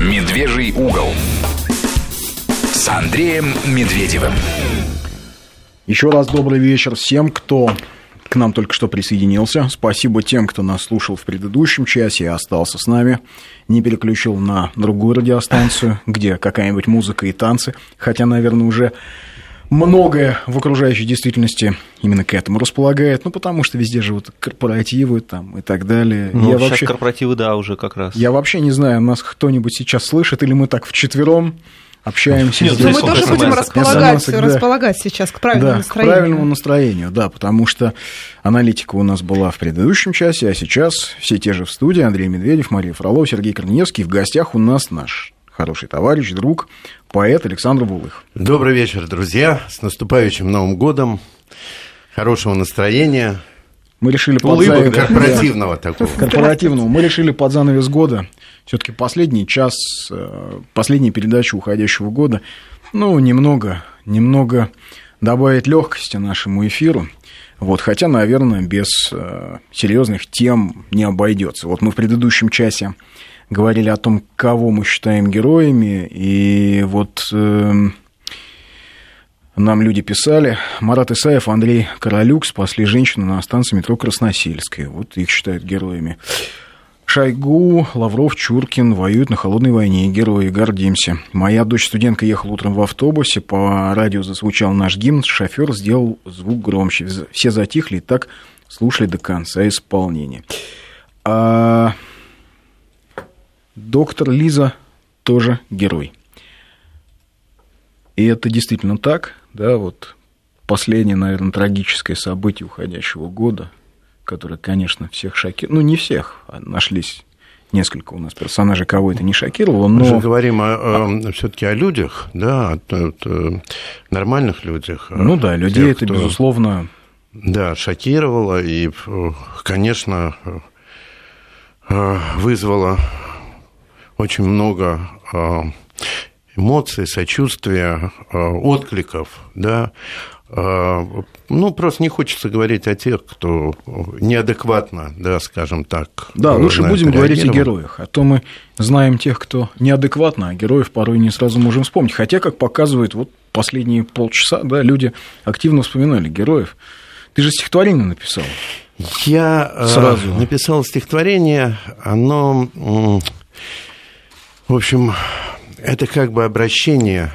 «Медвежий угол» с Андреем Медведевым. Еще раз добрый вечер всем, кто к нам только что присоединился. Спасибо тем, кто нас слушал в предыдущем часе и остался с нами, не переключил на другую радиостанцию, где какая-нибудь музыка и танцы, хотя, наверное, уже многое в окружающей действительности именно к этому располагает, потому что везде же вот корпоративы там и так далее. Ну, сейчас корпоративы, да, уже как раз. Я вообще не знаю, нас кто-нибудь сейчас слышит, или мы так вчетвером общаемся. Нет, мы тоже будем располагать сейчас к правильному настроению. К правильному настроению, да, потому что аналитика у нас была в предыдущем часе, а сейчас все те же в студии. Андрей Медведев, Мария Фролова, Сергей Корнеевский. В гостях у нас наш хороший товарищ, друг, поэт Александр Булых. Добрый вечер, друзья. С наступающим Новым годом. Хорошего настроения. Мы решили корпоративного такого. Корпоративного. Мы решили под занавес года, все-таки последний час, последняя передача уходящего года, немного добавить легкости нашему эфиру. Вот, хотя, наверное, без серьезных тем не обойдется. Вот мы в предыдущем часе говорили о том, кого мы считаем героями, и вот нам люди писали: Марат Исаев, Андрей Королюк спасли женщину на станции метро Красносельская. Вот их считают героями. Шойгу, Лавров, Чуркин воюют на холодной войне. Герои, гордимся. Моя дочь-студентка ехала утром в автобусе, по радио зазвучал наш гимн, шофер сделал звук громче. Все затихли и так слушали до конца исполнения. А доктор Лиза тоже герой. И это действительно так, да, вот последнее, наверное, трагическое событие уходящего года, которое, конечно, всех шокировало, не всех, нашлись несколько у нас персонажей, кого это не шокировало, но... Мы же говорим все-таки о людях, да, о нормальных людях. Ну да, людей это, безусловно... Да, шокировало и, конечно, вызвало очень много эмоций, сочувствия, откликов, да. Просто не хочется говорить о тех, кто неадекватно, да, скажем так. Да, лучше будем говорить о героях, а то мы знаем тех, кто неадекватно, а героев порой не сразу можем вспомнить. Хотя, как показывает вот последние полчаса, да, люди активно вспоминали героев. Ты же стихотворение написал. Я сразу написал стихотворение, оно, в общем, это как бы обращение,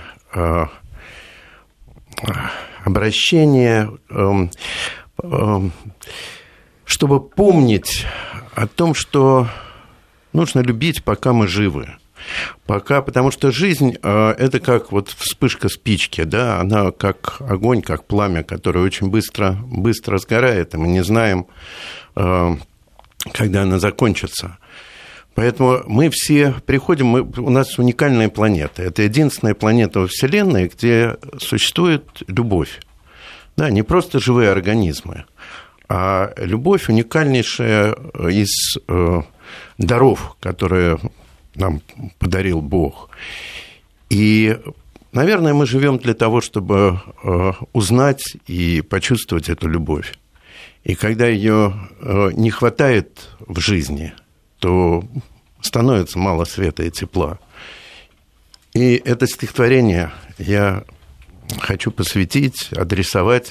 чтобы помнить о том, что нужно любить, пока мы живы. Потому что жизнь – это как вот вспышка спички, да, она как огонь, как пламя, которое очень быстро сгорает, и мы не знаем, когда она закончится. Поэтому мы все приходим, у нас уникальная планета. Это единственная планета во Вселенной, где существует любовь. Да, не просто живые организмы, а любовь уникальнейшая из даров, которые нам подарил Бог. И, наверное, мы живем для того, чтобы узнать и почувствовать эту любовь. И когда ее не хватает в жизни, то становится мало света и тепла. И это стихотворение я хочу посвятить, адресовать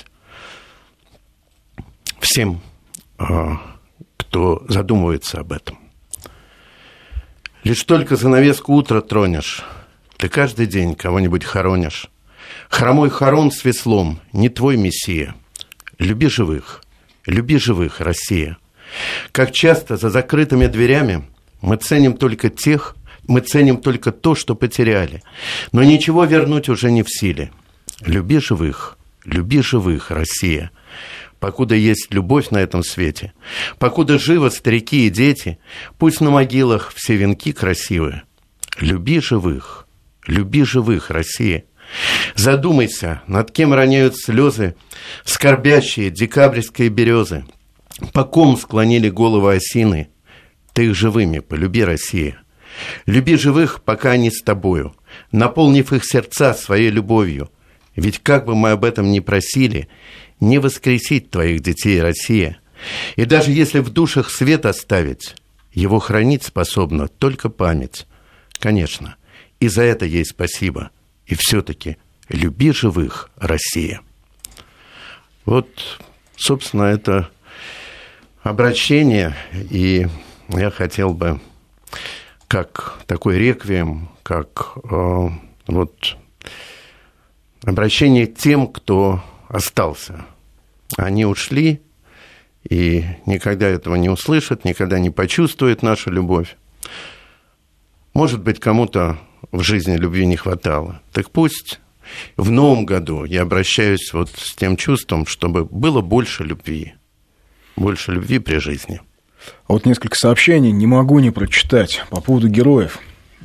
всем, кто задумывается об этом. Лишь только занавеску утра тронешь, ты каждый день кого-нибудь хоронишь. Хромой хорон с веслом, не твой мессия. Люби живых, Россия. Как часто за закрытыми дверями мы ценим только то, что потеряли, но ничего вернуть уже не в силе. Люби живых, Россия. Покуда есть любовь на этом свете, покуда живы старики и дети, пусть на могилах все венки красивые. Люби живых, Россия. Задумайся, над кем роняют слезы скорбящие декабрьские березы. По ком склонили головы осины, ты их живыми полюби, Россия. Люби живых, пока они с тобою, наполнив их сердца своей любовью. Ведь как бы мы об этом ни просили, не воскресить твоих детей, Россия. И даже если в душах свет оставить, его хранить способна только память. конечно. И за это ей спасибо. И все-таки люби живых, Россия. Вот, собственно, это обращение, и я хотел бы, как такой реквием, как вот обращение к тем, кто остался. Они ушли, и никогда этого не услышат, никогда не почувствуют нашу любовь. Может быть, кому-то в жизни любви не хватало. Так пусть в новом году я обращаюсь вот с тем чувством, чтобы было больше любви при жизни. А вот несколько сообщений не могу не прочитать по поводу героев.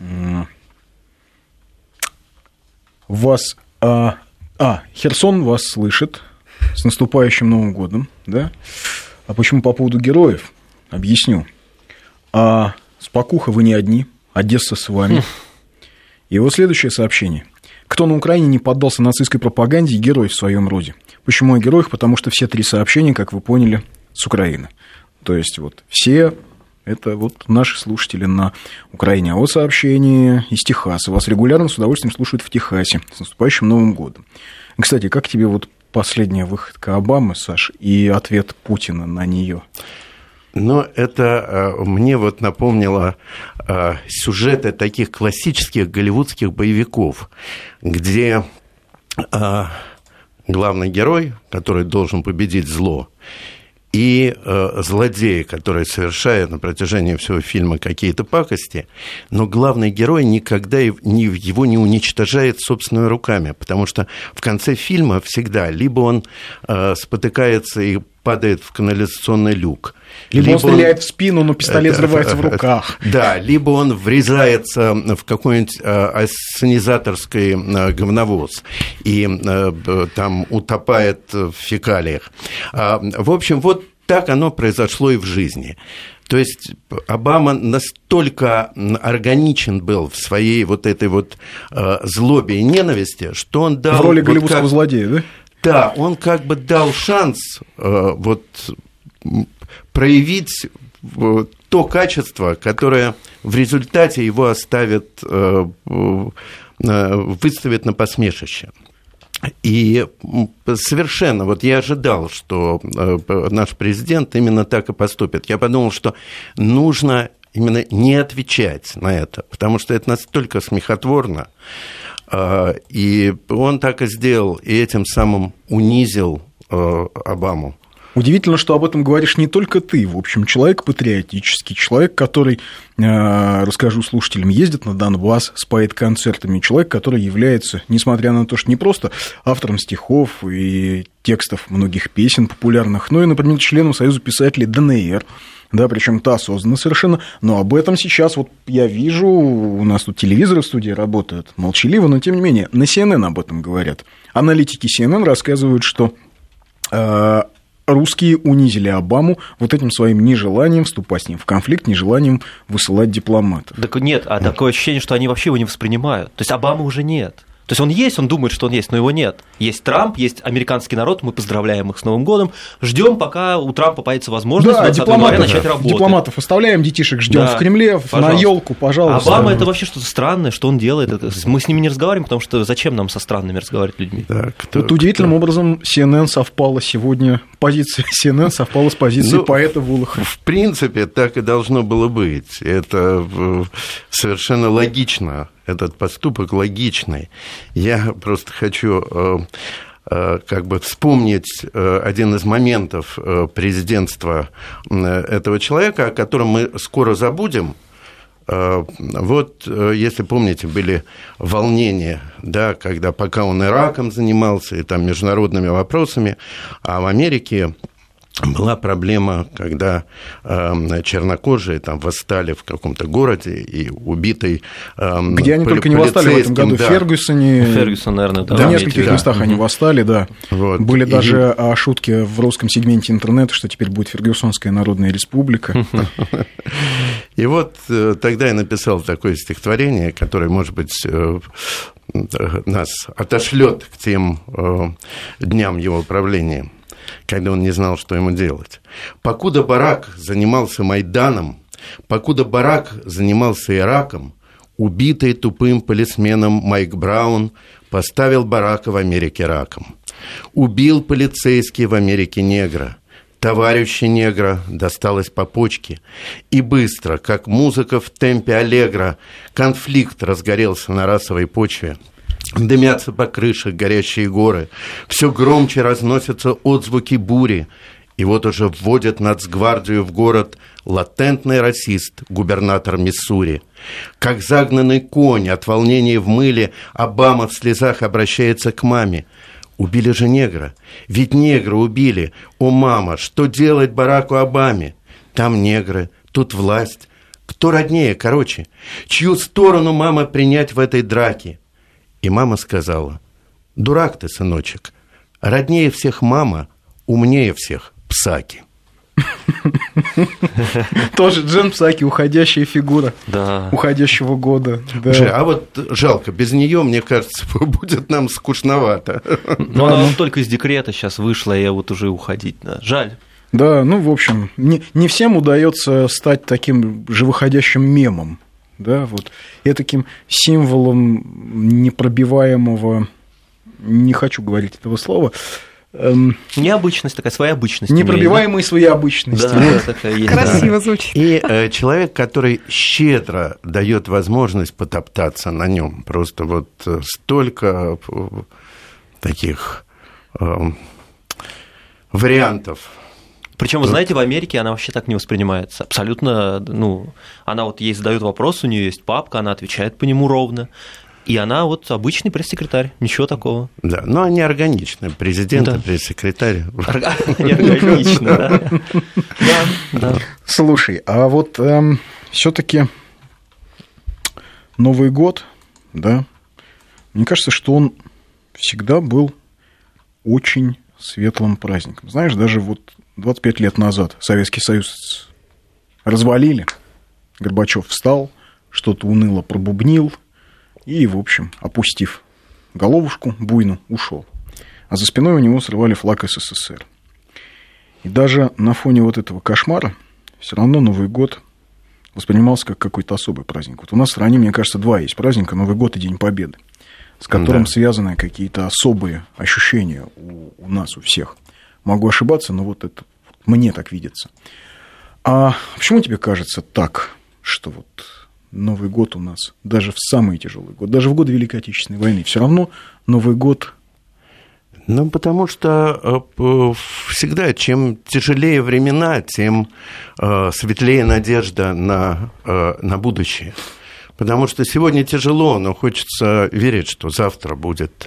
Херсон вас слышит. С наступающим Новым годом, да? А почему по поводу героев? Объясню. Спокуха, вы не одни. Одесса с вами. И вот следующее сообщение. Кто на Украине не поддался нацистской пропаганде, герой в своем роде. Почему о героях? Потому что все 3 сообщения, как вы поняли, с Украины. То есть вот все это вот наши слушатели на Украине. А вот сообщение из Техаса. Вас регулярно с удовольствием слушают в Техасе. С наступающим Новым годом. Кстати, как тебе вот последняя выходка Обамы, Саш, и ответ Путина на нее? Но это мне вот напомнило сюжеты таких классических голливудских боевиков, где главный герой, который должен победить зло, и злодей, который совершает на протяжении всего фильма какие-то пакости, но главный герой никогда его не уничтожает собственными руками, потому что в конце фильма всегда либо он спотыкается и падает в канализационный люк. Либо он стреляет в спину, но пистолет взрывается в руках. Да, либо он врезается в какой-нибудь ассенизаторский говновоз и там утопает в фекалиях. В общем, вот так оно произошло и в жизни. То есть Обама настолько органичен был в своей вот этой вот злобе и ненависти, что он дал... В роли голливудского злодея, да? Да, он как бы дал шанс вот проявить то качество, которое в результате его оставит, выставит на посмешище. И совершенно, вот я ожидал, что наш президент именно так и поступит. Я подумал, что нужно именно не отвечать на это, потому что это настолько смехотворно. И он так и сделал, и этим самым унизил Обаму. Удивительно, что об этом говоришь не только ты. В общем, человек патриотический, человек, который, расскажу слушателям, ездит на Донбасс с поэт-концертами, человек, который является, несмотря на то, что не просто автором стихов и текстов многих песен популярных, но и, например, членом Союза писателей ДНР. Да, причем это осознанно совершенно, но об этом сейчас вот я вижу, у нас тут телевизоры в студии работают молчаливо, но тем не менее на CNN об этом говорят. Аналитики CNN рассказывают, что русские унизили Обаму вот этим своим нежеланием вступать с ним в конфликт, нежеланием высылать дипломатов. Так нет, такое ощущение, что они вообще его не воспринимают. То есть Обамы уже нет. То есть он есть, он думает, что он есть, но его нет. Есть Трамп, есть американский народ, мы поздравляем их с Новым годом, ждем, пока у Трампа появится возможность начать работать. Дипломатов оставляем, детишек ждем в Кремле, пожалуйста. На елку, пожалуйста. Обама это вообще что-то странное, что он делает. Мы с ними не разговариваем, потому что зачем нам со странными разговаривать людьми? Вот удивительным образом CNN совпала сегодня, позиция CNN совпала с позицией поэта Волохова. В принципе, так и должно было быть. Это совершенно логично. Этот поступок логичный. Я просто хочу как бы вспомнить один из моментов президентства этого человека, о котором мы скоро забудем. Вот, если помните, были волнения, да, когда пока он Ираком занимался и там международными вопросами, а в Америке была проблема, когда чернокожие там восстали в каком-то городе и убитый где они только не восстали в этом году, в Фергюсон, наверное, да, в нескольких местах они восстали, да. Вот. Были даже шутки в русском сегменте интернета, что теперь будет Фергюсонская народная республика. И вот тогда я написал такое стихотворение, которое, может быть, нас отошлет к тем дням его правления, когда он не знал, что ему делать. «Покуда Барак занимался Майданом, покуда Барак занимался Ираком, Убитый тупым полисменом Майк Браун поставил Барака в Америке раком. Убил полицейский в Америке негра. Товарищу негра досталось по почке. И быстро, как музыка в темпе аллегро, конфликт разгорелся на расовой почве. Дымятся по крышах горящие горы. Все громче разносятся отзвуки бури. И вот уже вводят нацгвардию в город латентный расист, губернатор Миссури. Как загнанный конь от волнения в мыле, Обама в слезах обращается к маме. Убили же негра. Ведь негра убили. О, мама, что делать Бараку Обаме? Там негры, тут власть. Кто роднее, короче? Чью сторону, мама, принять в этой драке? И мама сказала: дурак ты, сыночек. Роднее всех мама, умнее всех Псаки. Тоже Джен Псаки, уходящая фигура уходящего года. А вот жалко, без нее, мне кажется, будет нам скучновато. Но она только из декрета сейчас вышла, и вот уже уходить. Жаль. Да, ну, в общем, не всем удается стать таким же выходящим мемом. Да, вот. И таким символом непробиваемого, не хочу говорить этого слова, необычность, такая своеобычность. Непробиваемые своеобычности. Да, такая есть. Красиво звучит. И человек, который щедро дает возможность потоптаться на нем. Просто вот столько таких вариантов. Причем, вы знаете, в Америке она вообще так не воспринимается. Абсолютно, она вот ей задают вопрос, у нее есть папка, она отвечает по нему ровно. И она вот обычный пресс-секретарь, ничего такого. Да, но они органичны, президент и пресс-секретарь. Органично, да. Слушай, а вот все-таки Новый год, да, мне кажется, что он всегда был очень светлым праздником. Знаешь, даже вот 25 лет назад Советский Союз развалили, Горбачев встал, что-то уныло пробубнил, и, в общем, опустив головушку буйну, ушел. А за спиной у него срывали флаг СССР. И даже на фоне вот этого кошмара все равно Новый год воспринимался как какой-то особый праздник. Вот у нас в стране, мне кажется, два есть праздника: Новый год и День Победы, с которым связаны какие-то особые ощущения у нас, у всех. Могу ошибаться, но вот это мне так видится. А почему тебе кажется так, что вот Новый год у нас, даже в самый тяжелый год, даже в годы Великой Отечественной войны, все равно Новый год? Ну, потому что всегда, чем тяжелее времена, тем светлее надежда на будущее. Потому что сегодня тяжело, но хочется верить, что завтра будет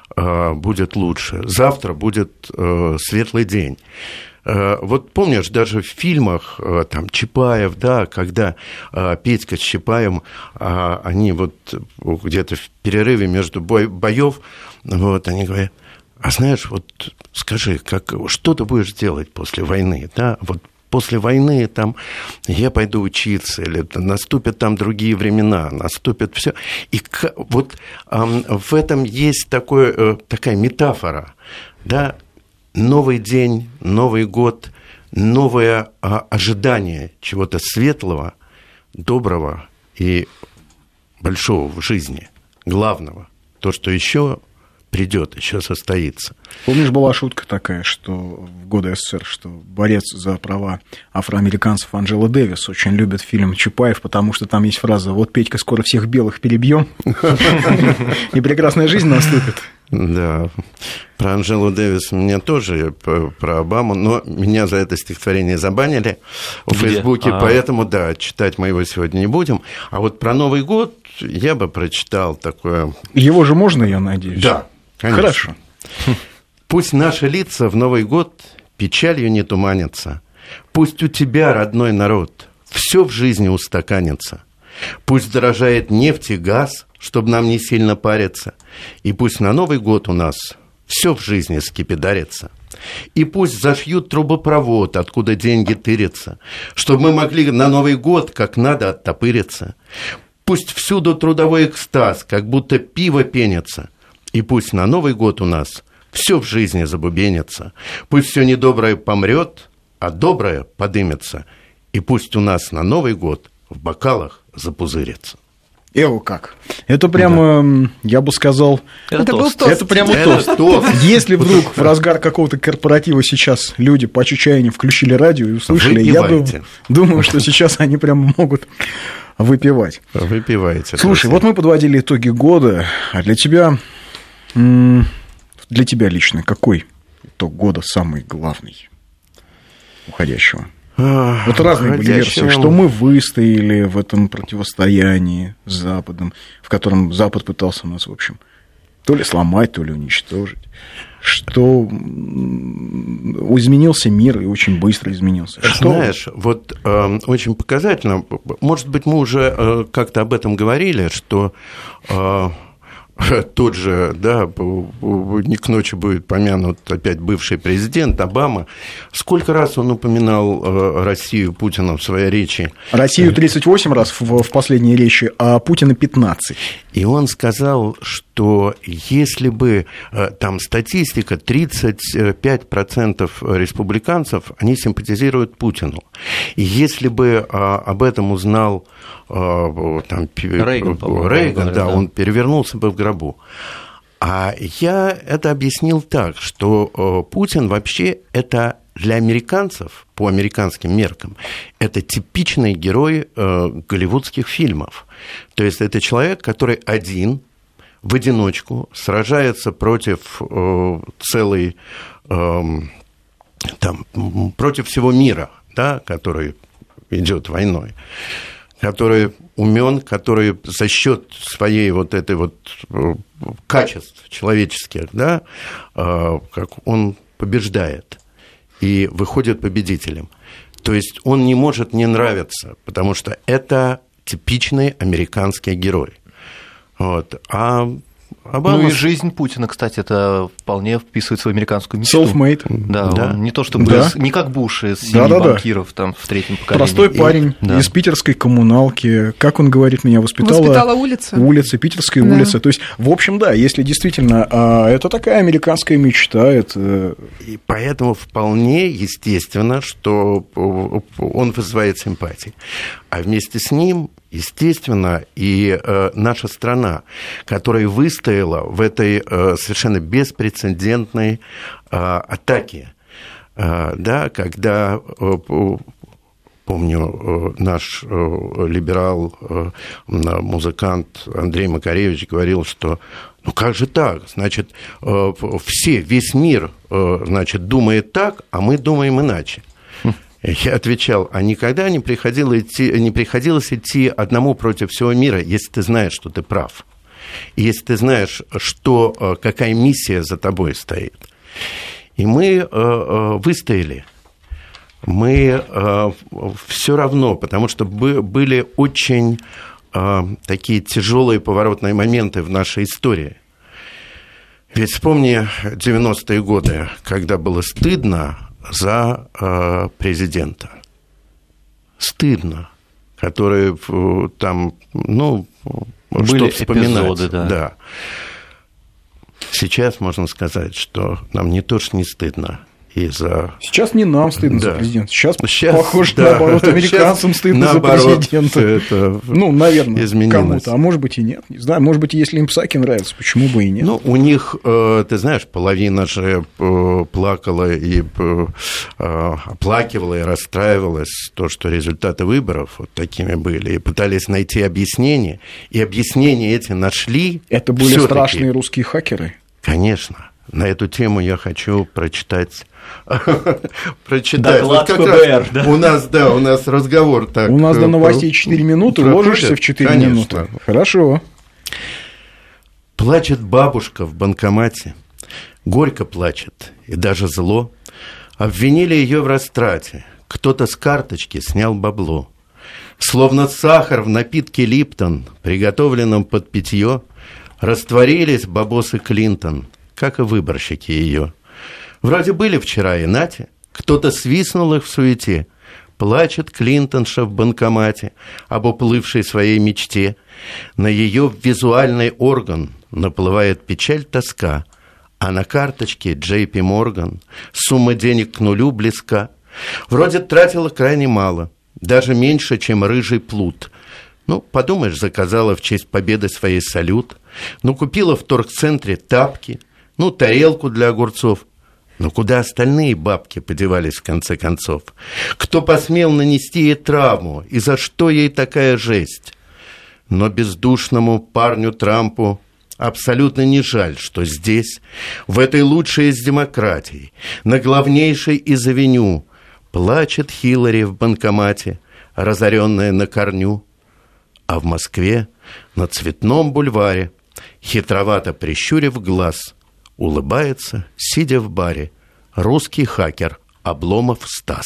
лучше, завтра будет светлый день. Вот помнишь, даже в фильмах там Чапаев, да, когда Петька с Чапаевым, они вот где-то в перерыве между боев, вот они говорят: а знаешь, вот скажи, что ты будешь делать после войны, да, вот после войны там я пойду учиться, или наступят там другие времена, наступят все. И вот в этом есть такая метафора, да. Новый день, Новый год, новое ожидание чего-то светлого, доброго и большого в жизни, главного, то, что еще придет, еще состоится. Помнишь, была шутка такая, что в годы СССР, что борец за права афроамериканцев Анджела Дэвис очень любит фильм «Чапаев», потому что там есть фраза: «Вот Петька, скоро всех белых перебьем, и прекрасная жизнь наступит». Да, про Анджелу Дэвис мне тоже, про Обаму, но меня за это стихотворение забанили в Фейсбуке, поэтому, да, читать мы его сегодня не будем. А вот про Новый год я бы прочитал такое... Его же можно, я надеюсь? Да, конечно. Хорошо. Пусть наши лица в Новый год печалью не туманятся, пусть у тебя, родной народ, все в жизни устаканится. Пусть дорожает нефть и газ, чтобы нам не сильно париться. И пусть на Новый год у нас все в жизни скипидарится. И пусть зашьют трубопровод, откуда деньги тырятся, чтобы мы могли на Новый год как надо оттопыриться. Пусть всюду трудовой экстаз, как будто пиво пенится. И пусть на Новый год у нас все в жизни забубенится. Пусть все недоброе помрет, а доброе подымется. И пусть у нас на Новый год в бокалах запузырится. как? Это прямо, я бы сказал... Это был тост. Это прямо тост. Если вдруг в разгар какого-то корпоратива сейчас люди по чечаянию включили радио и услышали, я думаю, что сейчас они прямо могут выпивать. Выпивайте. Слушай, вот мы подводили итоги года, а для тебя лично какой итог года самый главный уходящего? Вот разные были версии, что мы выстояли в этом противостоянии с Западом, в котором Запад пытался нас, в общем, то ли сломать, то ли уничтожить, что изменился мир и очень быстро изменился. Знаешь, вот очень показательно, может быть, мы уже как-то об этом говорили, что... Тот же, да, не к ночи будет помянут опять бывший президент Обама. Сколько раз он упоминал Россию, Путина в своей речи? Россию 38 раз в последней речи, а Путина 15. И он сказал, что если бы там статистика, 35% республиканцев, они симпатизируют Путину. И если бы об этом узнал там, Рейган, да, он перевернулся бы в гробу. А я это объяснил так, что Путин вообще это для американцев, по американским меркам, это типичный герой голливудских фильмов. То есть это человек, который один, в одиночку, сражается против целой, там, против всего мира, да, который идет войной, который умен, который за счет своей вот этой вот качеств человеческих, да, как он побеждает и выходит победителем. То есть он не может не нравиться, потому что это типичный американский герой. Вот. А Обама... Ну и жизнь Путина, кстати, это вполне вписывается в американскую мечту. Self-made. Да, да. Он не то чтобы не как Буш из семьи банкиров там, в третьем поколении. Простой парень из питерской коммуналки. Как он говорит, меня воспитала улица. Улица, Питерская улица. То есть, в общем, да, если действительно это такая американская мечта. Это... И поэтому вполне естественно, что он вызывает симпатии. А вместе с ним, естественно, и наша страна, которая выстояла в этой совершенно беспрецедентной атаке, да, когда, помню, наш либерал, музыкант Андрей Макаревич говорил, что ну как же так? Значит, весь мир, значит, думает так, а мы думаем иначе. Я отвечал, а никогда не приходилось идти одному против всего мира, если ты знаешь, что ты прав. И если ты знаешь, какая миссия за тобой стоит. И мы выстояли. Мы все равно, потому что были очень такие тяжелые поворотные моменты в нашей истории. Ведь вспомни 90-е годы, когда было стыдно за президента. Стыдно. Которые там, ну, были что вспоминать. Эпизоды, да. Сейчас можно сказать, что нам не то, что не стыдно. Сейчас не нам стыдно за президента. Сейчас похоже, наоборот, американцам стыдно за президента. Это ну, наверное, кому-то, а может быть и нет. Не знаю, может быть, если им Псаки нравится, почему бы и нет. Ну, у них, ты знаешь, половина же плакала и оплакивала и расстраивалась, то, что результаты выборов вот такими были, и пытались найти объяснение, и объяснения эти нашли. Это были страшные русские хакеры? Конечно. На эту тему я хочу прочитать. Доклад ФБР. Да? У нас разговор так. У нас до новостей 4 минуты, ложишься в 4 минуты. Хорошо. Плачет бабушка в банкомате, горько плачет и даже зло. Обвинили ее в растрате, кто-то с карточки снял бабло. Словно сахар в напитке Липтон, приготовленном под питье, растворились бабосы Клинтон, как и выборщики ее. Вроде были вчера и нате, кто-то свистнул их в суете. Плачет Клинтонша в банкомате об уплывшей своей мечте. На ее визуальный орган наплывает печаль, тоска, а на карточке JP Morgan сумма денег к нулю близка. Вроде тратила крайне мало, даже меньше, чем рыжий плут. Ну, подумаешь, заказала в честь победы своей салют. Ну, купила в торгцентре тапки, ну, тарелку для огурцов. Но куда остальные бабки подевались, в конце концов? Кто посмел нанести ей травму? И за что ей такая жесть? Но бездушному парню Трампу абсолютно не жаль, что здесь, в этой лучшей из демократий, на главнейшей из авеню, плачет Хиллари в банкомате, разоренная на корню. А в Москве, на Цветном бульваре, хитровато прищурив глаз, улыбается, сидя в баре, русский хакер Обломов Стас.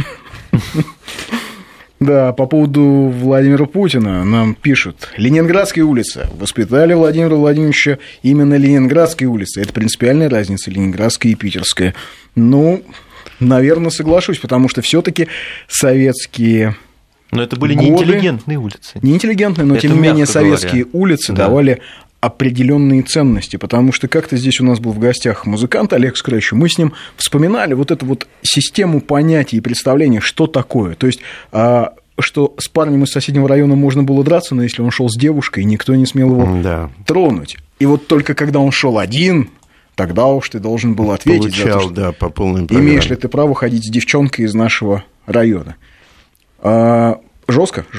Да, по поводу Владимира Путина нам пишут. Ленинградская улица. Воспитали Владимира Владимировича именно Ленинградской улицы. Это принципиальная разница, Ленинградская и Питерская. Ну, наверное, соглашусь, потому что все-таки советские... Но это были неинтеллигентные улицы. Неинтеллигентные, но, тем не менее, советские улицы давали определенные ценности, потому что как-то здесь у нас был в гостях музыкант Олег Скрэч, мы с ним вспоминали вот эту вот систему понятий и представления, что такое. То есть, что с парнем из соседнего района можно было драться, но если он шел с девушкой, никто не смел его тронуть. И вот только когда он шел один, тогда уж ты должен был ответить за то, что по полной программе. Имеешь ли ты право ходить с девчонкой из нашего района. Жестко.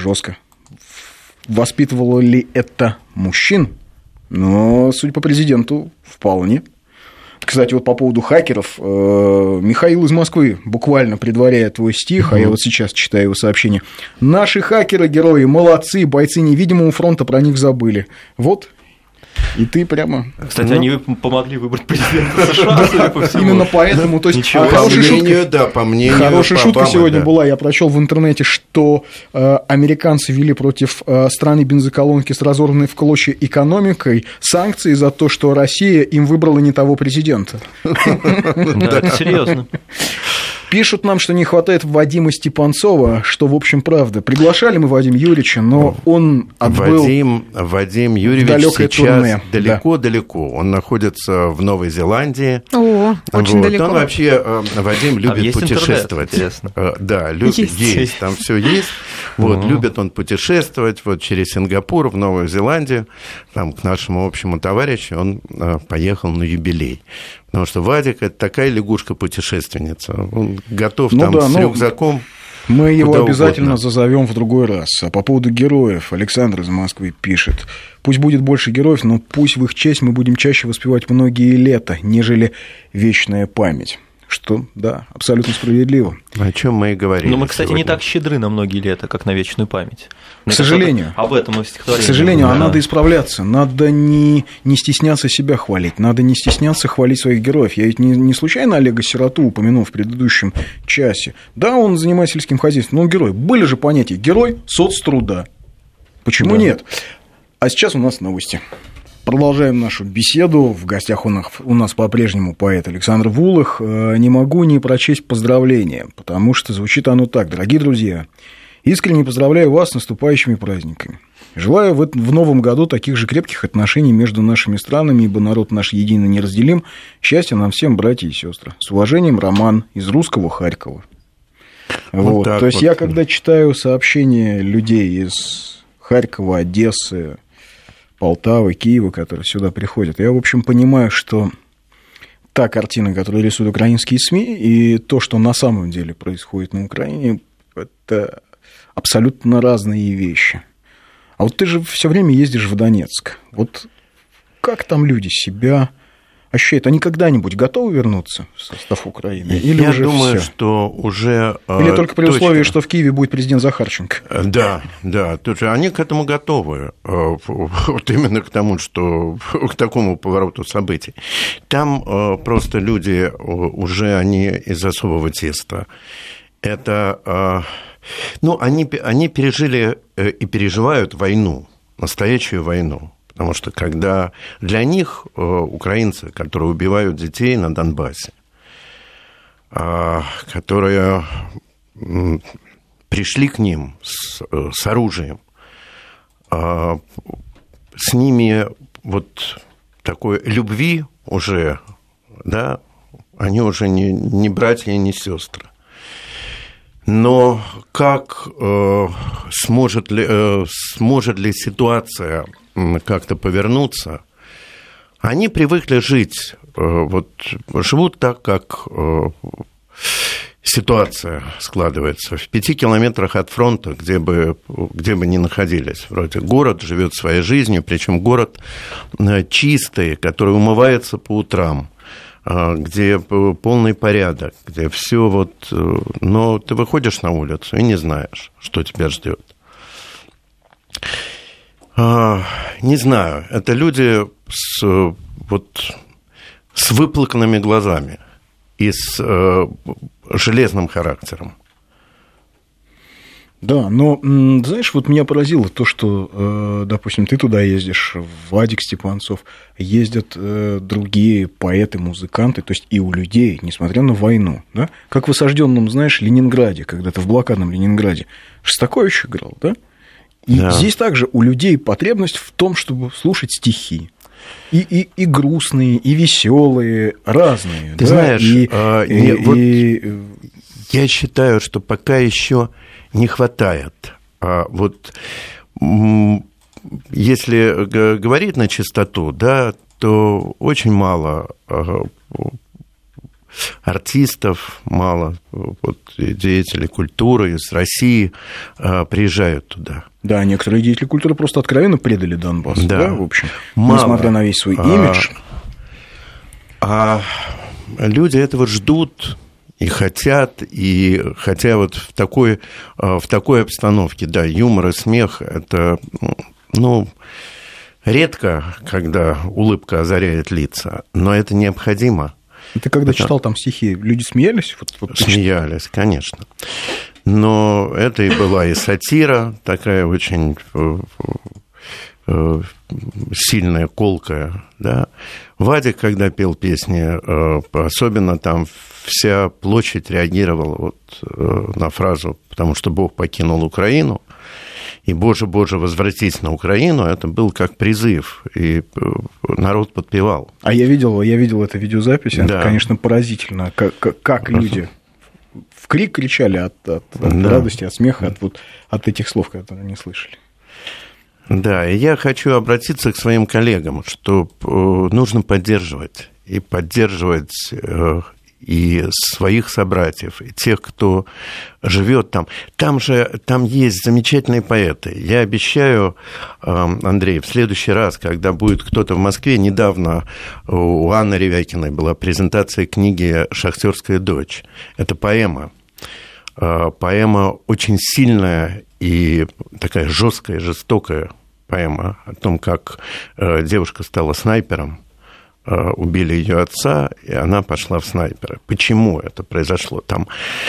Воспитывало ли это мужчин? Но, судя по президенту, вполне. Кстати, вот по поводу хакеров, Михаил из Москвы буквально предваряет твой стих, а я вот сейчас читаю его сообщение. «Наши хакеры, герои, молодцы, бойцы невидимого фронта про них забыли». Вот. И ты прямо... Кстати, они помогли выбрать президента США, судя по всему. Именно поэтому, то есть, по мнению хорошая шутка сегодня была, я прочел в интернете, что американцы ввели против страны бензоколонки с разорванной в клочья экономикой санкции за то, что Россия им выбрала не того президента. Да, это серьезно. Пишут нам, что не хватает Вадима Степанцова, что, в общем, правда. Приглашали мы Вадима Юрьевича, но он отбыл Вадим Юрьевич сейчас далеко-далеко. Он находится в Новой Зеландии. Очень далеко. Он вообще, Вадим, любит путешествовать. Да, есть, там все есть. Вот, любит он путешествовать вот через Сингапур в Новую Зеландию. Там к нашему общему товарищу он поехал на юбилей. Потому что Вадик – это такая лягушка-путешественница. Он готов с рюкзаком. Мы его обязательно зазовем в другой раз. А по поводу героев, Александр из Москвы пишет. Пусть будет больше героев, но пусть в их честь мы будем чаще воспевать многие лета, нежели вечная память. Что, да, абсолютно справедливо. О чем мы и говорили. Но мы, кстати, сегодня не так щедры на многие лета, как на вечную память. К сожалению. Об этом и стихотворение. К сожалению, а надо исправляться. Надо не стесняться себя хвалить. Надо не стесняться хвалить своих героев. Я ведь не случайно Олега Сироту упомянул в предыдущем часе. Да, он занимается сельским хозяйством, но он герой. Были же понятия герой соцтруда. Почему нет? А сейчас у нас новости. Продолжаем нашу беседу. В гостях у нас по-прежнему поэт Александр Вулых. Не могу не прочесть поздравления, потому что звучит оно так. Дорогие друзья, искренне поздравляю вас с наступающими праздниками. Желаю в новом году таких же крепких отношений между нашими странами, ибо народ наш един и неразделим. Счастья нам всем, братья и сестры. С уважением, Роман из русского Харькова. Вот. То есть я, когда читаю сообщения людей из Харькова, Одессы, Полтавы, Киева, которые сюда приходят, я, в общем, понимаю, что та картина, которую рисуют украинские СМИ, и то, что на самом деле происходит на Украине, это абсолютно разные вещи. А вот ты же все время ездишь в Донецк. Вот как там люди себя ощущают? Они когда-нибудь готовы вернуться в состав Украины? Или я уже думаю, всё? что уже... Или только при условии, что в Киеве будет президент Захарченко? Да, тоже они к этому готовы. Вот именно к тому, что к такому повороту событий. Там просто люди уже они из особого теста. Это... они пережили и переживают войну, настоящую войну. Потому что когда для них украинцы, которые убивают детей на Донбассе, которые пришли к ним с оружием, с ними вот такой любви уже, да, они уже не братья и не сестры. Но как сможет ли ситуация как-то повернуться? Они привыкли жить, живут так, как ситуация складывается. В 5 километрах от фронта, где бы ни находились. Вроде город живет своей жизнью, причем город чистый, который умывается по утрам, где полный порядок, где все но ты выходишь на улицу и не знаешь, что тебя ждет. Не знаю, это люди с выплаканными глазами и с железным характером. Да, но, знаешь, меня поразило то, что, допустим, ты туда ездишь, Вадик Степанцов, ездят другие поэты, музыканты, то есть и у людей, несмотря на войну, да, как в осажденном, знаешь, Ленинграде, когда-то в блокадном Ленинграде, Шостакович играл, да, и здесь также у людей потребность в том, чтобы слушать стихи. И грустные, и веселые, разные. Ты знаешь, я считаю, что пока еще не хватает. Если говорить на чистоту, да, то очень мало артистов, мало деятелей культуры из России приезжают туда. Да, некоторые деятели культуры просто откровенно предали Донбасс, да, в общем, несмотря на весь свой имидж. А люди этого ждут и хотя в такой обстановке, да, юмор и смех, это, редко, когда улыбка озаряет лица, но это необходимо. Ты когда читал там стихи, люди смеялись? Смеялись, конечно. Но это и была и сатира, такая очень сильная, колкая. Да. Вадик, когда пел песни, особенно там вся площадь реагировала на фразу «потому что Бог покинул Украину», и «Боже, Боже, возвратись на Украину», это был как призыв, и народ подпевал. А я видел эту видеозапись, да. Это, конечно, поразительно, как люди в крик кричали от радости, от смеха, от этих слов, которые они слышали. Да, и я хочу обратиться к своим коллегам, что нужно поддерживать и своих собратьев, и тех, кто живет там. Там есть замечательные поэты. Я обещаю, Андрей, в следующий раз, когда будет кто-то в Москве, недавно у Анны Ревякиной была презентация книги «Шахтерская дочь». Это поэма. Поэма очень сильная и такая жесткая, жестокая поэма о том, как девушка стала снайпером. Убили ее отца, и она пошла в снайперы. Почему это произошло там?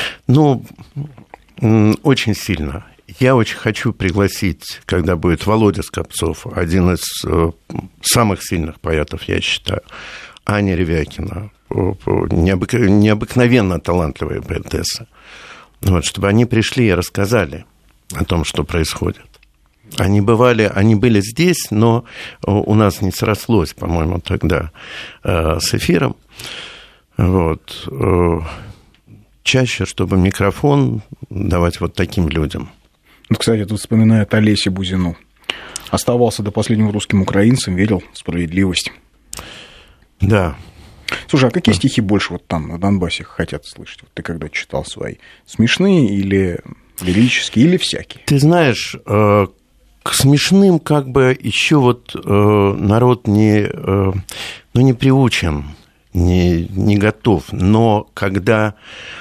Очень сильно. Я очень хочу пригласить, когда будет Володя Скопцов, один из самых сильных поэтов, я считаю, Аня Ревякина, необыкновенно талантливая поэтесса, чтобы они пришли и рассказали о том, что происходит. Они были здесь, но у нас не срослось, по-моему, тогда с эфиром. Чаще, чтобы микрофон давать таким людям. Кстати, тут вспоминает Олесю Бузину. Оставался до последнего русским украинцем, верил в справедливость. Да. Слушай, а какие стихи больше там на Донбассе хотят слышать? Ты когда читал свои? Смешные или лирические, или всякие? Ты знаешь, к смешным еще народ не приучен, не готов. Но когда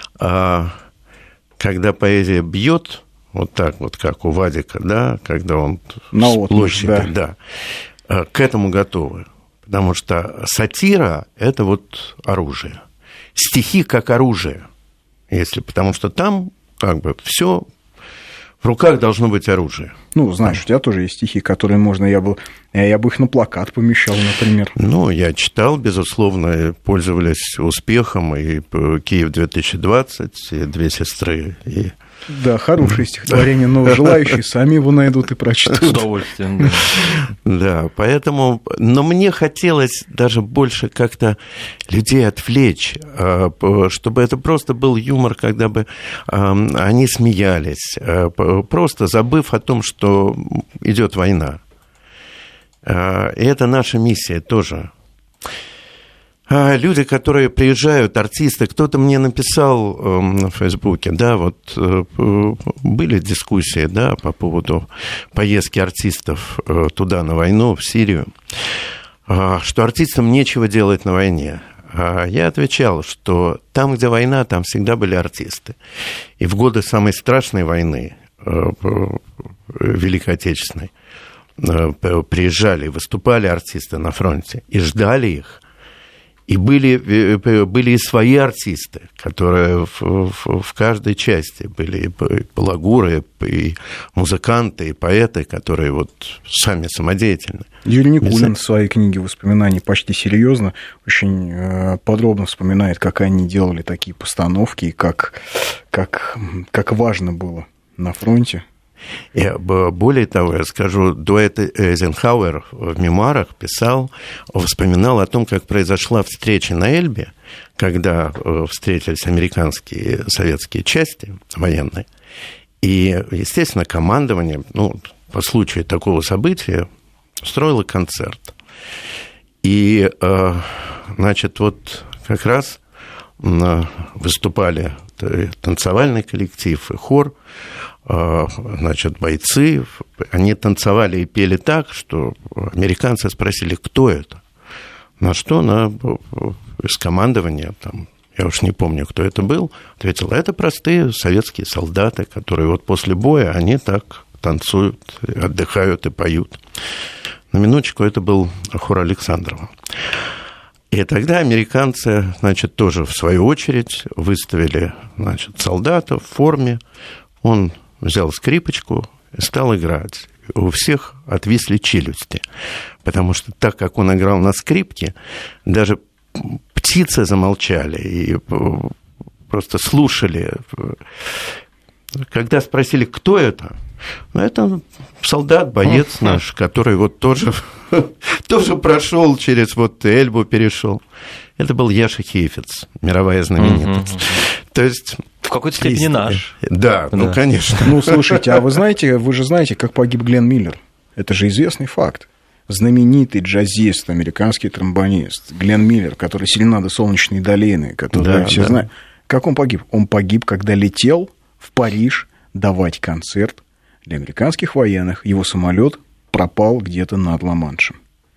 поэзия бьет, так как у Вадика, да, когда он с площади, да, к этому готовы. Потому что сатира – это оружие. Стихи как оружие. Потому что там все в руках должно быть оружие. Знаешь, у тебя тоже есть стихи, которые можно, я бы их на плакат помещал, например. Я читал, безусловно, пользовались успехом, и «Киев-2020», и «Две сестры», и Да, хорошее стихотворение, но желающие сами его найдут и прочтут. С удовольствием. Да, поэтому... Но мне хотелось даже больше как-то людей отвлечь, чтобы это просто был юмор, когда бы они смеялись, просто забыв о том, что идет война. И это наша миссия тоже. Люди, которые приезжают, артисты, кто-то мне написал на Фейсбуке, да, вот были дискуссии, да, по поводу поездки артистов туда на войну, в Сирию, что артистам нечего делать на войне. Я отвечал, что там, где война, там всегда были артисты. И в годы самой страшной войны, Великой Отечественной, приезжали, выступали артисты на фронте и ждали их. И были и свои артисты, которые в каждой части были и балагуры, и музыканты, и поэты, которые вот сами самодеятельны. Юрий Никулин в своей книге «Воспоминаний» почти серьезно, очень подробно вспоминает, как они делали такие постановки, и как важно было на фронте. И более того, я скажу, Дуэйт Эйзенхауэр в мемуарах вспоминал о том, как произошла встреча на Эльбе, когда встретились американские и советские части военные. И, естественно, командование, по случаю такого события, устроило концерт. И, значит, вот как раз выступали танцевальный коллектив и хор, значит, бойцы, они танцевали и пели так, что американцы спросили, кто это. На что из командования, там, я уж не помню, кто это был, ответил, это простые советские солдаты, которые вот после боя, они так танцуют, отдыхают и поют. На минуточку, это был хор Александрова. И тогда американцы, значит, тоже в свою очередь выставили, значит, солдата в форме. Он взял скрипочку и стал играть. У всех отвисли челюсти, потому что так как он играл на скрипке, даже птицы замолчали и просто слушали. Когда спросили, кто это, это солдат, боец наш, который вот тоже прошел через вот Эльбу, перешел. Это был Яша Хейфец, мировая знаменитость. То есть... В какой-то степени наш. Да, конечно. Слушайте, а вы же знаете, как погиб Глен Миллер? Это же известный факт. Знаменитый джазист, американский тромбонист Глен Миллер, который «Серенада солнечной долины», который все знают. Как он погиб? Он погиб, когда летел в Париж давать концерт для американских военных. Его самолет пропал где-то над Ла-Маншем.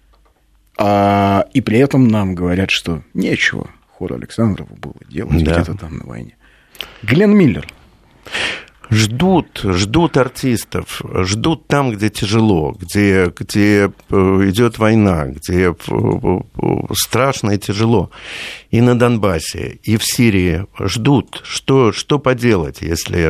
И при этом нам говорят, что нечего хору Александрову было делать где-то там на войне. Глен Миллер. Ждут артистов, ждут там, где тяжело, где идет война, где страшно и тяжело. И на Донбассе, и в Сирии ждут, что поделать, если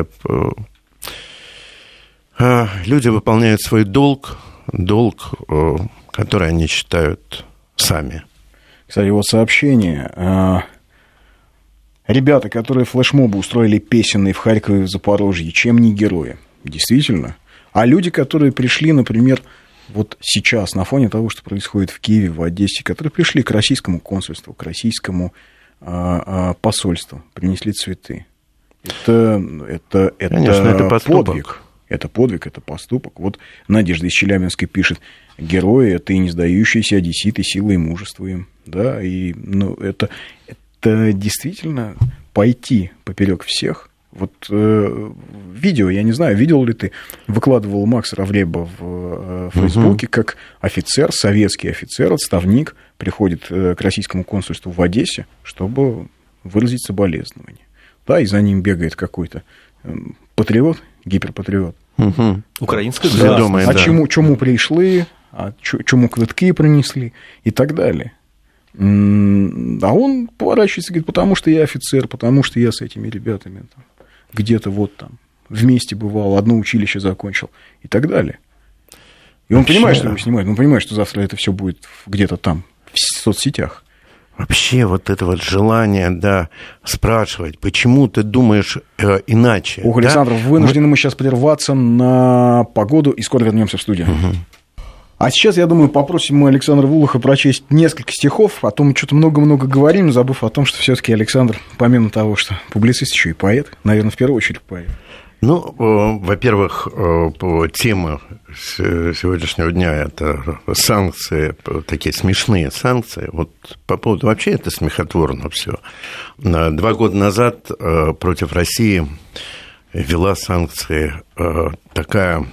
люди выполняют свой долг, который они считают сами. Кстати, вот сообщение. Ребята, которые флешмобы устроили песенные в Харькове и в Запорожье, чем не герои? Действительно. А люди, которые пришли, например, вот сейчас на фоне того, что происходит в Киеве, в Одессе, которые пришли к российскому консульству, к российскому посольству, принесли цветы. Это конечно, это подвиг. Это подвиг, это поступок. Вот Надежда из Челябинска пишет: герои — это и не сдающиеся одесситы силой и мужеством. Да, и это действительно пойти поперек всех. Вот видео, я не знаю, видел ли ты, выкладывал Макс Равлеба в Фейсбуке, как офицер, советский офицер, отставник, приходит к российскому консульству в Одессе, чтобы выразить соболезнования. Да, и за ним бегает какой-то патриот, гиперпатриот. Украинское государство. Чому пришли, чому квитки принесли и так далее. А он поворачивается и говорит: потому что я офицер, потому что я с этими ребятами там, где-то вот там вместе бывал, одно училище закончил и так далее. И он понимает, что его снимают, он понимает, что завтра это все будет где-то там, в соцсетях. Вообще вот это вот желание, да, спрашивать, почему ты думаешь иначе. Ох, Александр, да? Вынуждены мы сейчас прерваться на погоду и скоро вернемся в студию. А сейчас, я думаю, попросим мы Александра Вулаха прочесть несколько стихов, а то мы что-то много-много говорим, забыв о том, что все-таки Александр, помимо того, что публицист, еще и поэт, наверное, в первую очередь поэт. Ну, во-первых, по теме сегодняшнего дня это санкции, такие смешные санкции. Вот по поводу вообще это смехотворно все. 2 года назад против России ввела санкции такая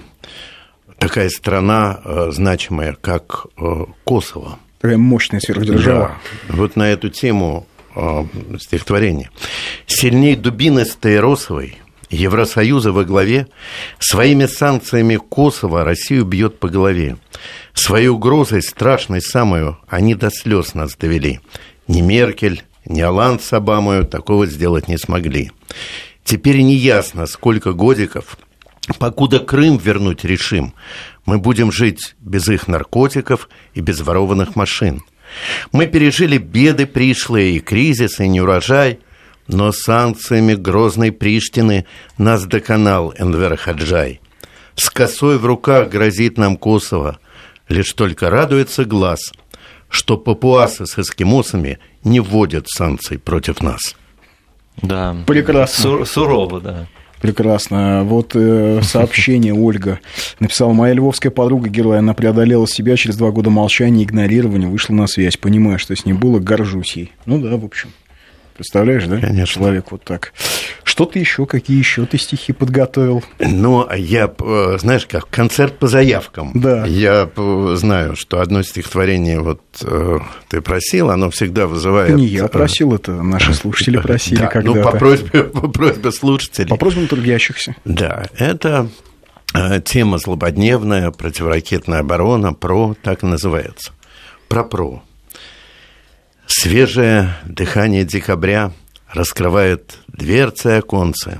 страна значимая, как Косово. Такая мощная сверхдержава. Да. Вот на эту тему стихотворение. «Сильней дубины Стаиросовой Евросоюза во главе своими санкциями Косово Россию бьет по голове. Своей угрозой страшной самую они до слез нас довели. Ни Меркель, ни Оланд с Обамою такого сделать не смогли. Теперь не ясно, сколько годиков, покуда Крым вернуть решим, мы будем жить без их наркотиков и без ворованных машин. Мы пережили беды пришлые и кризисы, и неурожай, но санкциями грозной Приштины нас доконал Энвер Ходжай. С косой в руках грозит нам Косово, лишь только радуется глаз, что папуасы с эскимосами не вводят санкций против нас». Да. Прекрасно. Сурово, да. Прекрасно. Вот сообщение Ольга написала: «Моя львовская подруга героя, она преодолела себя, через 2 года молчания и игнорирования вышла на связь. Понимая, что с ней было, горжусь ей». Ну да, в общем. Представляешь, да? Конечно. Человек вот так. Что ты еще, какие еще ты стихи подготовил? Ну, я, знаешь, как концерт по заявкам. Да. Я знаю, что одно стихотворение вот ты просил, оно всегда вызывает... Не я просил, это наши слушатели просили да, когда-то. Ну, по просьбе слушателей. По просьбам трудящихся. Да, это тема злободневная, противоракетная оборона, ПРО, так и называется. Про ПРО. Свежее дыхание декабря раскрывает дверцы и оконцы.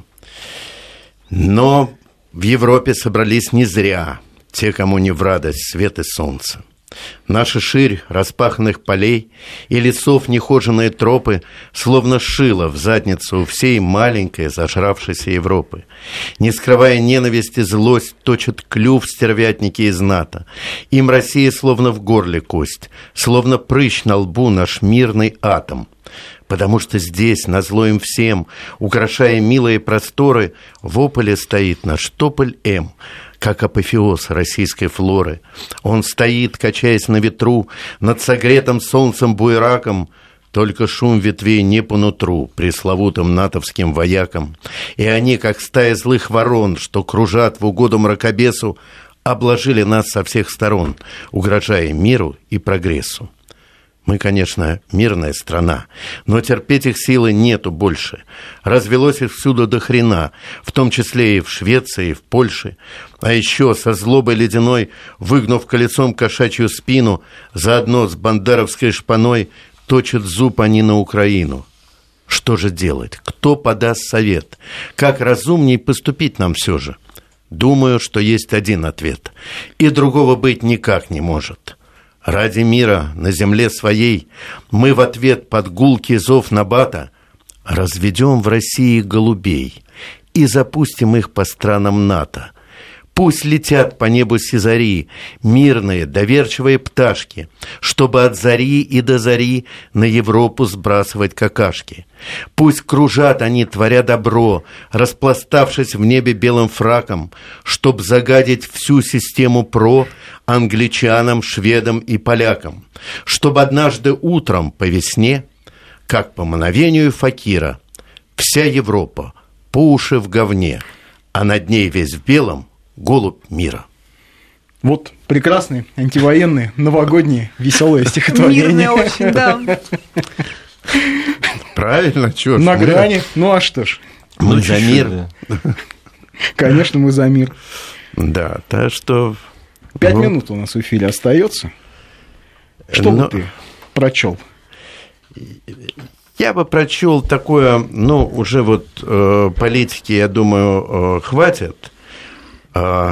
Но в Европе собрались не зря те, кому не в радость свет и солнце. Наша ширь распаханных полей и лесов нехоженные тропы словно шило в задницу у всей маленькой зажравшейся Европы. Не скрывая ненависти, злость точат клюв стервятники из НАТО. Им Россия словно в горле кость, словно прыщ на лбу наш мирный атом. Потому что здесь, назло им всем, украшая милые просторы, в ополе стоит наш тополь М, как апофеоз российской флоры. Он стоит, качаясь на ветру, над согретым солнцем буераком, только шум ветвей не по нутру пресловутым натовским воякам. И они, как стая злых ворон, что кружат в угоду мракобесу, обложили нас со всех сторон, угрожая миру и прогрессу. Мы, конечно, мирная страна, но терпеть их силы нету больше. Развелось их всюду до хрена, в том числе и в Швеции, и в Польше. А еще со злобой ледяной, выгнув колесом кошачью спину, заодно с бандеровской шпаной точат зуб они на Украину. Что же делать? Кто подаст совет? Как разумней поступить нам все же? Думаю, что есть один ответ, и другого быть никак не может. Ради мира на земле своей мы в ответ под гулкий зов Набата разведем в России голубей и запустим их по странам НАТО. Пусть летят по небу сизари мирные, доверчивые пташки, чтобы от зари и до зари на Европу сбрасывать какашки. Пусть кружат они, творя добро, распластавшись в небе белым фраком, чтоб загадить всю систему ПРО англичанам, шведам и полякам, чтобы однажды утром по весне, как по мановению факира, вся Европа по уши в говне, а над ней весь в белом голубь мира. Вот прекрасные, антивоенные, новогодние, веселые стихотворения. Мирные очень, да. Правильно, чё ж. На грани. Ну а что ж. Мы за мир. Конечно, мы за мир. Да, так что... 5 минут у нас в эфире остается. Что бы ты прочел? Я бы прочел такое, ну, уже вот политики, я думаю, хватит.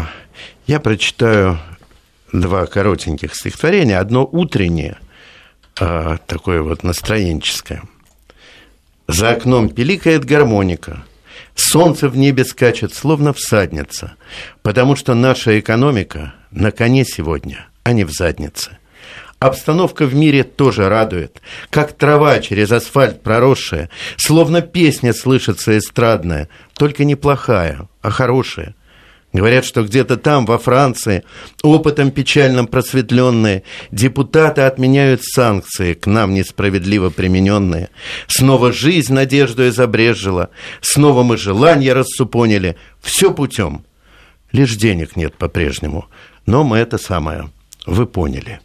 Я прочитаю 2 коротеньких стихотворения. Одно утреннее, такое вот настроенческое. За окном пиликает гармоника, солнце в небе скачет, словно всадница, потому что наша экономика на коне сегодня, а не в заднице. Обстановка в мире тоже радует, как трава через асфальт проросшая, словно песня слышится эстрадная, только не плохая, а хорошая. Говорят, что где-то там, во Франции, опытом печальным просветленные, депутаты отменяют санкции, к нам несправедливо примененные. Снова жизнь надеждой забрезжила, снова мы желания рассупонили. Все путем. Лишь денег нет по-прежнему. Но мы это самое, вы поняли.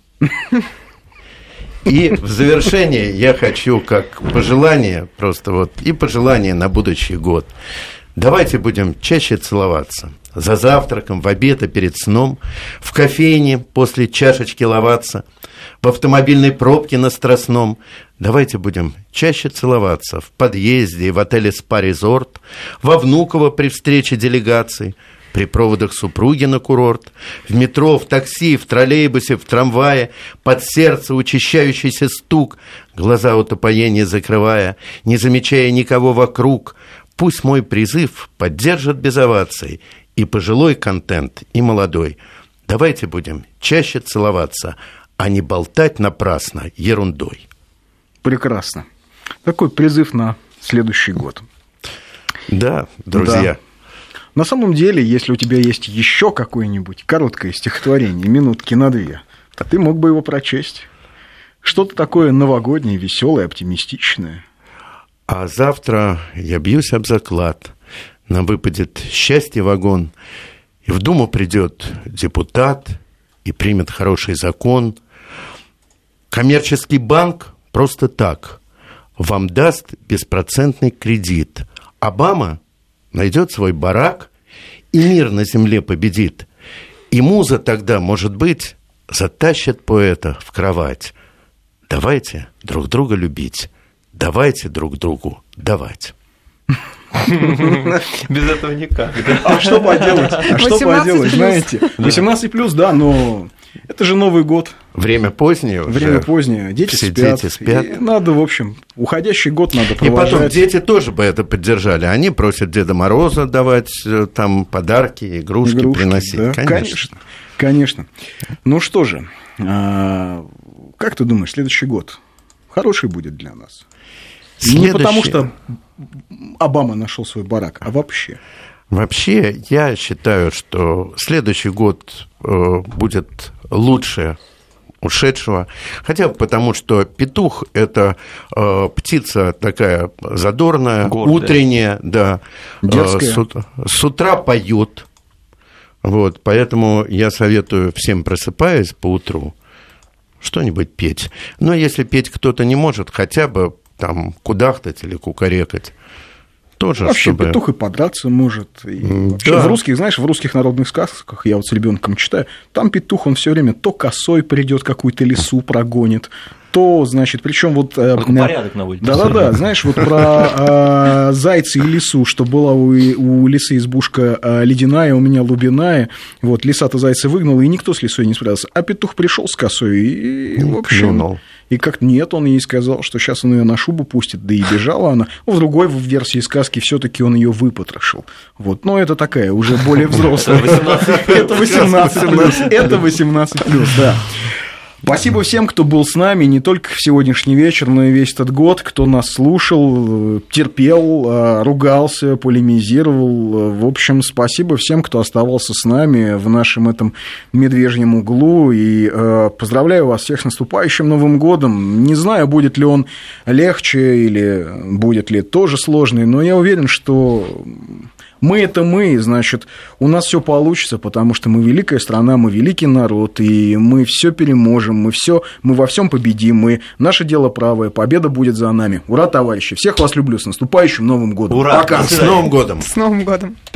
И в завершение я хочу, как пожелание, просто вот и пожелание на будущий год. Давайте будем чаще целоваться. За завтраком, в обед и перед сном, в кофейне после чашечки ловаться, в автомобильной пробке на Страстном. Давайте будем чаще целоваться в подъезде и в отеле «Спа-резорт», во Внуково при встрече делегаций, при проводах супруги на курорт, в метро, в такси, в троллейбусе, в трамвае, под сердце учащающийся стук, глаза от упоения закрывая, не замечая никого вокруг. Пусть мой призыв поддержат без оваций и пожилой контент, и молодой. Давайте будем чаще целоваться, а не болтать напрасно ерундой. Прекрасно. Такой призыв на следующий год. Да, друзья. Да. На самом деле, если у тебя есть еще какое-нибудь короткое стихотворение, минутки на 2, то ты мог бы его прочесть. Что-то такое новогоднее, веселое, оптимистичное. А завтра я бьюсь об заклад. Нам выпадет счастье вагон, и в Думу придет депутат и примет хороший закон. Коммерческий банк просто так вам даст беспроцентный кредит. Обама найдет свой барак, и мир на земле победит. И муза тогда, может быть, затащит поэта в кровать. Давайте друг друга любить. Давайте друг другу давать. Без этого никак. А что поделать? Знаете? 18+, да, но это же Новый год. Время позднее уже. Время позднее. Дети спят. И надо, в общем, уходящий год надо провожать. И потом дети тоже бы это поддержали. Они просят Деда Мороза давать там подарки, игрушки приносить. Да, конечно. Ну что же, как ты думаешь, следующий год хороший будет для нас? Не потому, что Обама нашел свой барак, а вообще. Вообще, я считаю, что следующий год будет лучше ушедшего. Хотя бы потому, что петух – это птица такая задорная, гордая, утренняя, да, с утра поет. Вот, поэтому я советую всем, просыпаясь поутру, что-нибудь петь. Но если петь кто-то не может, хотя бы там кудахтать или кукарекать. Тоже, вообще чтобы... петух и подраться может. И вообще, да. В русских, знаешь, в русских народных сказках, я вот с ребенком читаю, там петух, он все время то косой придет, какую-то лису прогонит, то, значит, причем вот... порядок наводит. Да-да-да, знаешь, вот про зайца и лису, что была у лисы избушка ледяная, у меня лубиная, вот, лиса-то зайца выгнала, и никто с лисой не справился, а петух пришел с косой, и в общем... И как нет, он ей сказал, что сейчас он ее на шубу пустит, да и бежала она. Ну, в другой версии сказки все-таки он ее выпотрошил. Вот. Но это такая уже более взрослая. Это 18+. Это 18+, да. Спасибо всем, кто был с нами, не только в сегодняшний вечер, но и весь этот год, кто нас слушал, терпел, ругался, полемизировал. В общем, спасибо всем, кто оставался с нами в нашем этом медвежьем углу. И поздравляю вас всех с наступающим Новым годом. Не знаю, будет ли он легче или будет ли тоже сложный, но я уверен, что... Мы это мы, значит, у нас все получится, потому что мы великая страна, мы великий народ, и мы все переможем, мы во всем победим, наше дело правое, победа будет за нами. Ура, товарищи! Всех вас люблю, с наступающим Новым годом! Ура! Пока! С Новым годом! С Новым годом!